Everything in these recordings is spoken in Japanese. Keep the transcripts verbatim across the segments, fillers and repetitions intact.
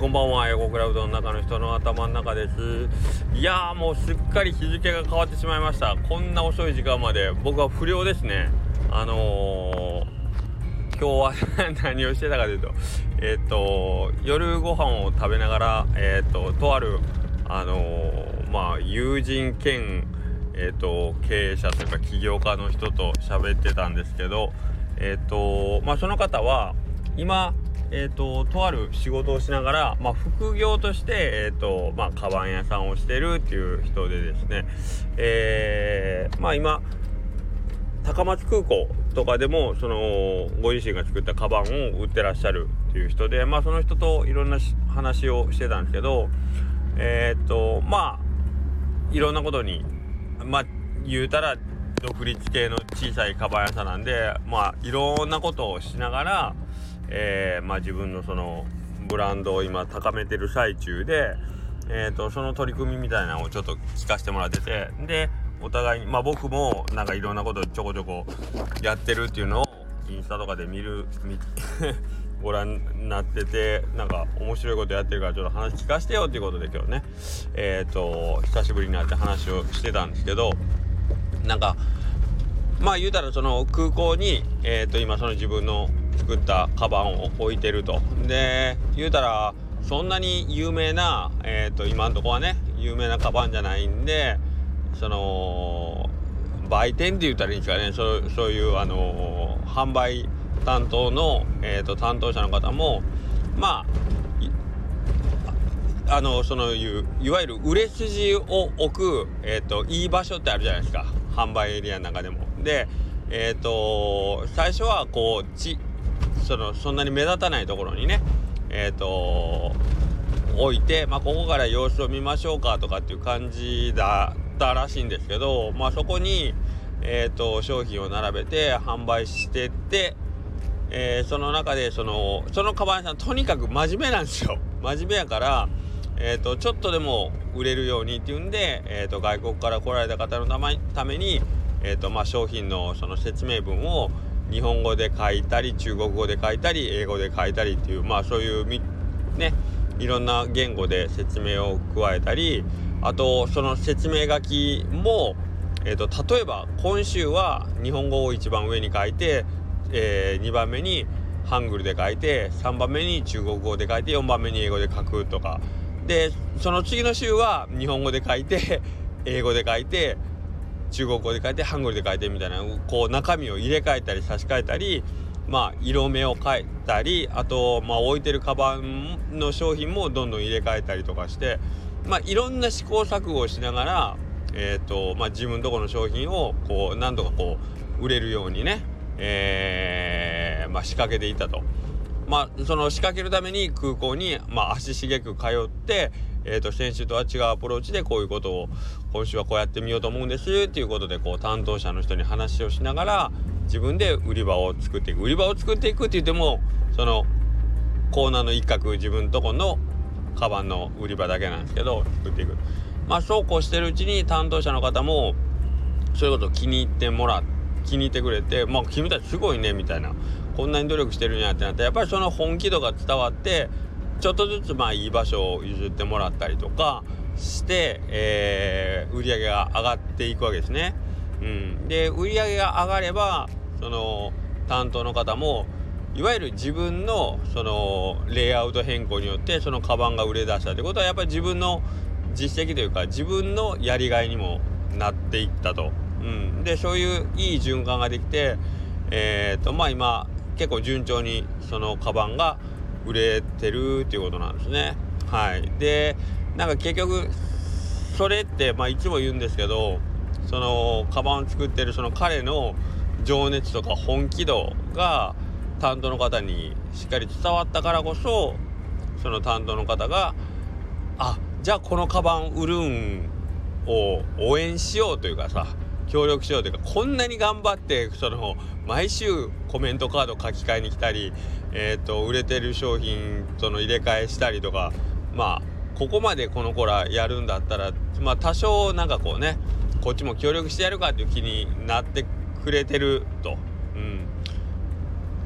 こんばんは。横クラウドの中の人の頭の中です。いやーもうすっかり日付が変わってしまいました。こんな遅い時間まで僕は不良ですね。あのー、今日は何をしてたかというとえっ、ー、と夜ご飯を食べながらえっ、ー、ととあるあのー、まあ友人兼えっ、と経営者というか起業家の人と喋ってたんですけど、えっ、とまあその方は今えーと、とある仕事をしながら、まあ、副業として、えーとまあ、カバン屋さんをしてるっていう人でですね、えー、まあ今高松空港とかでもそのご自身が作ったカバンを売ってらっしゃるっていう人で、まあその人といろんな話をしてたんですけど、えーとまあいろんなことにまあ言うたら独立系の小さいカバン屋さんなんで、まあいろんなことをしながらえーまあ、自分のそのブランドを今高めてる最中で、えーと、その取り組みみたいなのをちょっと聞かせてもらってて、でお互いに、まあ、僕もなんかいろんなことちょこちょこやってるっていうのをインスタとかで見る見ご覧になってて、なんか面白いことやってるからちょっと話聞かせてよっていうことで今日ねえーと久しぶりになって話をしてたんですけど、なんかまあ言うたらその空港にえーと今その自分の作ったカバンを置いてると。で言うたらそんなに有名なえっと今のとこはね有名なカバンじゃないんで、その売店って言ったらいいんですかね、そう、そういうあのー、販売担当の、えーと、担当者の方もまああのそのいういわゆる売れ筋を置く、えーと、いい場所ってあるじゃないですか、販売エリアの中でも。でえっと最初はこうちそのそんなに目立たないところにねえっと置いて、まあここから様子を見ましょうかとかっていう感じだったらしいんですけど、まあそこにえっと商品を並べて販売してって、えー、その中でそのそのカバン屋さんとにかく真面目なんですよ。真面目やからえっとちょっとでも売れるようにっていうんで、えっと外国から来られた方のためためにえっとまあ商品のその説明文を日本語で書いたり中国語で書いたり英語で書いたりっていう、まあそういうねいろんな言語で説明を加えたり、あとその説明書きも、えー、と例えば今週は日本語を一番上に書いて、えー、にばんめにハングルで書いてさんばんめに中国語で書いてよんばんめに英語で書くとかで、その次の週は日本語で書いて英語で書いて中国語で書いてハングルで書いてみたいな、こう中身を入れ替えたり差し替えたり、まあ色目を変えたり、あとまあ置いてるカバンの商品もどんどん入れ替えたりとかして、まあいろんな試行錯誤をしながらえっとまあ自分のところの商品をこう何とかこう売れるようにねえー、まあ仕掛けていったと。まあその仕掛けるために空港にまあ足しげく通ってえーと先週とは違うアプローチでこういうことを今週はこうやってみようと思うんですっていうことでこう担当者の人に話をしながら自分で売り場を作っていく売り場を作っていくって言ってもそのコーナーの一角自分とこのカバンの売り場だけなんですけど作っていく。まあそうこうしてるうちに担当者の方もそういうことを気に入ってもらって気に入ってくれて、まあ君たちすごいねみたいな、こんなに努力してるんやってなってやっぱりその本気度が伝わってちょっとずつまあいい場所を譲ってもらったりとかして、えー、売り上げが上がっていくわけですね。うん、で売り上げが上がればその担当の方もいわゆる自分のそのレイアウト変更によってそのカバンが売れ出したってことはやっぱり自分の実績というか自分のやりがいにもなっていったと。うん、でそういういい循環ができて、えーとまあ、今結構順調にそのカバンが売れてるっていうことなんですね。はい。でなんか結局それってまあいつも言うんですけど、そのカバンを作ってるその彼の情熱とか本気度が担当の方にしっかり伝わったからこそその担当の方があじゃあこのカバン売るんを応援しようというかさ協力しようというか、こんなに頑張ってその毎週コメントカード書き換えに来たり、えーと売れてる商品との入れ替えしたりとか、まあここまでこの子らやるんだったらまあ多少なんかこうねこっちも協力してやるかっていう気になってくれてると、うん、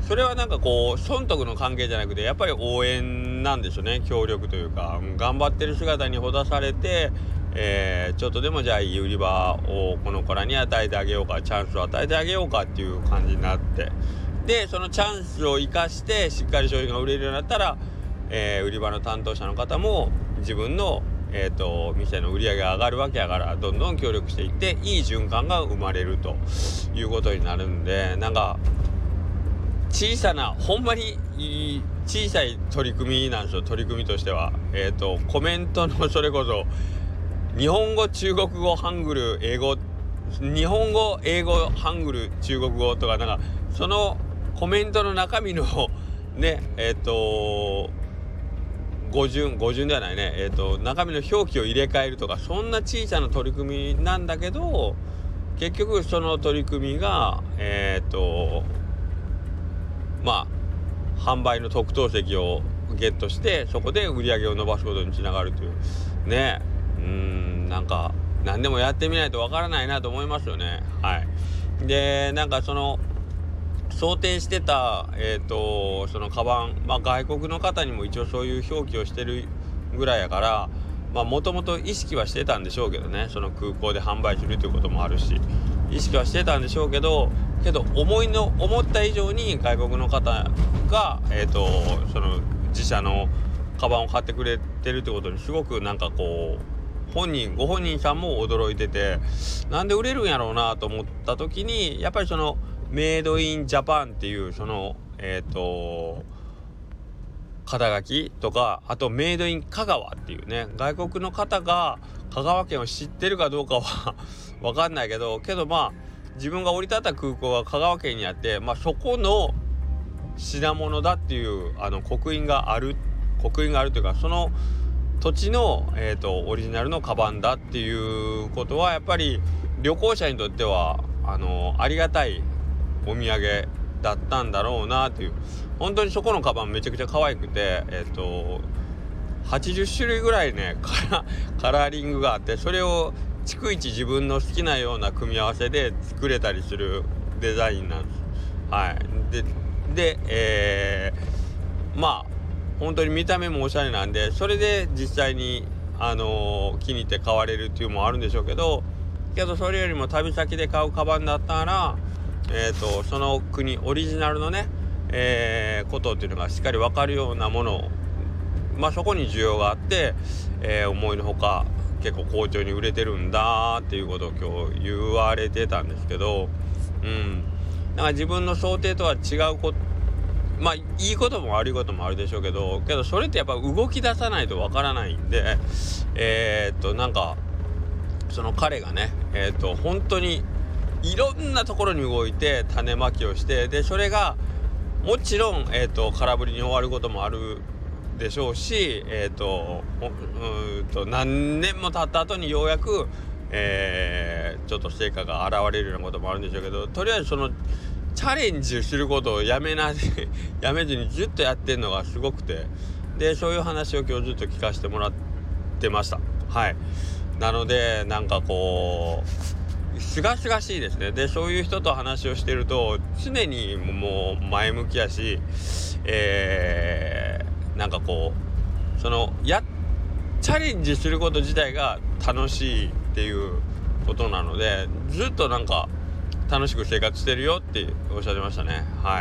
それはなんかこう損得の関係じゃなくてやっぱり応援なんでしょうね。協力というか、頑張ってる姿にほだされて、えー、ちょっとでもじゃあいい売り場をこの子らに与えてあげようか、チャンスを与えてあげようかっていう感じになって、でそのチャンスを生かしてしっかり商品が売れるようになったら、えー、売り場の担当者の方も自分の、えー、と店の売り上げが上がるわけやから、どんどん協力していっていい循環が生まれるということになるんで、なんか小さなほんまに小さい取り組みなんですよ。取り組みとしては、えー、とコメントのそれこそ日本語、中国語、ハングル、英語、日本語、英語、ハングル、中国語とか、なんかそのコメントの中身のね、えっ、ー、と語順語順ではないね、えっ、ー、と中身の表記を入れ替えるとか、そんな小さな取り組みなんだけど、結局その取り組みがえっ、ー、とまあ販売の特等席をゲットして、そこで売り上げを伸ばすことにつながるというね。うーんなんか何でもやってみないとわからないなと思いますよね。はい。でなんかその想定してたえっ、ー、とそのカバン、まあ外国の方にも一応そういう表記をしてるぐらいやから、まあもともと意識はしてたんでしょうけどね。その空港で販売するということもあるし、意識はしてたんでしょうけどけど思いの思った以上に外国の方がえっ、ー、とその自社のカバンを買ってくれてるってことにすごくなんかこう本人ご本人さんも驚いてて、なんで売れるんやろうなと思った時に、やっぱりそのメイドインジャパンっていうそのえっ、ー、と肩書きとか、あとメイドイン香川っていうね、外国の方が香川県を知ってるかどうかは分かんないけどけどまあ自分が降り立った空港が香川県にあって、まあそこの品物だっていうあの刻印がある刻印があるというか、その土地の、えーと、オリジナルのカバンだっていうことは、やっぱり旅行者にとってはあのありがたいお土産だったんだろうなという。本当にそこのカバンめちゃくちゃ可愛くて、えっとはちじゅっしゅるいぐらいねカラカラーリングがあって、それを逐一自分の好きなような組み合わせで作れたりするデザインなんです。はい。でで、えー、まあ本当に見た目もおしゃれなんで、それで実際にあのー、気に入って買われるっていうのもあるんでしょうけどけどそれよりも旅先で買うカバンだったら、えーとその国オリジナルのね、えー、ことっていうのがしっかり分かるようなものを、まあそこに需要があって、えー、思いのほか結構好調に売れてるんだっていうことを今日言われてたんですけど、うんなんか自分の想定とは違うこと、まあいいことも悪いこともあるでしょうけどけどそれってやっぱ動き出さないとわからないんで、えー、っとなんかその彼がねえー、っと本当にいろんなところに動いて種まきをして、でそれがもちろん、えー、と空振りに終わることもあるでしょうし、えー、とうーんと何年も経った後にようやく、えー、ちょっと成果が現れるようなこともあるんでしょうけど、とりあえずそのチャレンジすることをやめなやめずにずっとやってるのがすごくて、でそういう話を今日ずっと聞かせてもらってました。はい。なのでなんかこうすがすがしいですね。でそういう人と話をしてると常にもう前向きやし、えー、なんかこうそのやチャレンジすること自体が楽しいっていうことなので、ずっとなんか楽しく生活してるよっておっしゃってましたね。はい。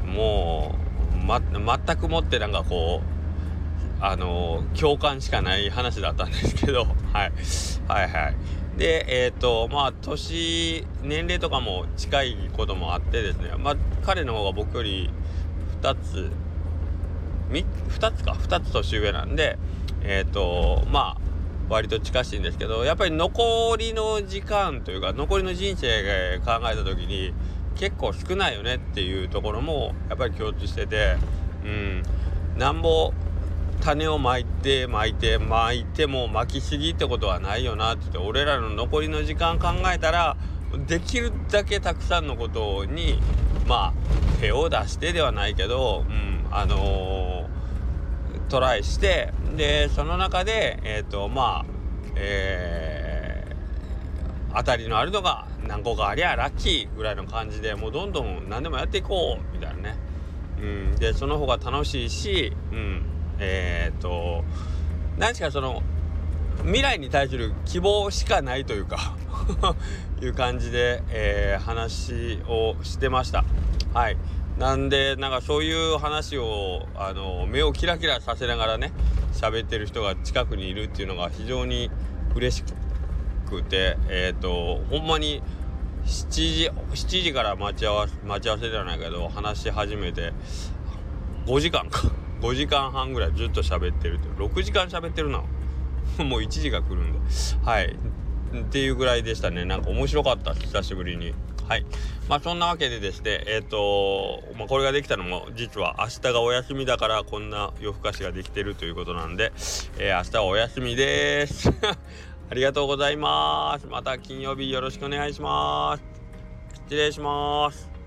もう、ま、全くもってなんかこうあの共感しかない話だったんですけど、はい、はいはいでえっ、ー、とまあ年年齢とかも近いこともあってですね、まあ彼の方が僕よりふたつみふたつかふたつ年上なんで、えっ、ー、とまあ割と近しいんですけど、やっぱり残りの時間というか残りの人生考えた時に結構少ないよねっていうところもやっぱり共通してて、うんなんぼ種をまいてまいてまいてもまきすぎってことはないよなって言って、俺らの残りの時間考えたらできるだけたくさんのことにまあ手を出してではないけど、うんあのー、トライして、でその中でえっ、ー、とまあえー、当たりのあるのが何個かありゃラッキーぐらいの感じで、もうどんどん何でもやっていこうみたいなね、うん、でその方が楽しいし、うん、えー、っと何しかその未来に対する希望しかないというかいう感じで、えー、話をしてました。はい。なんでなんかそういう話をあの目をキラキラさせながらね喋ってる人が近くにいるっていうのが非常に嬉しくて、えっとほんまにしちじしちじから待ち合わせ待ち合わせじゃないけど話し始めてごじかんかごじかんはんぐらいずっと喋ってるって、ろくじかん喋ってるなもういちじが来るんで、はいっていうぐらいでしたね。なんか面白かった久しぶりに。はい。まあそんなわけでですね、えっと、まあ、これができたのも実は明日がお休みだからこんな夜更かしができてるということなんで、えー、明日はお休みですありがとうございます。また金曜日よろしくお願いします。失礼します。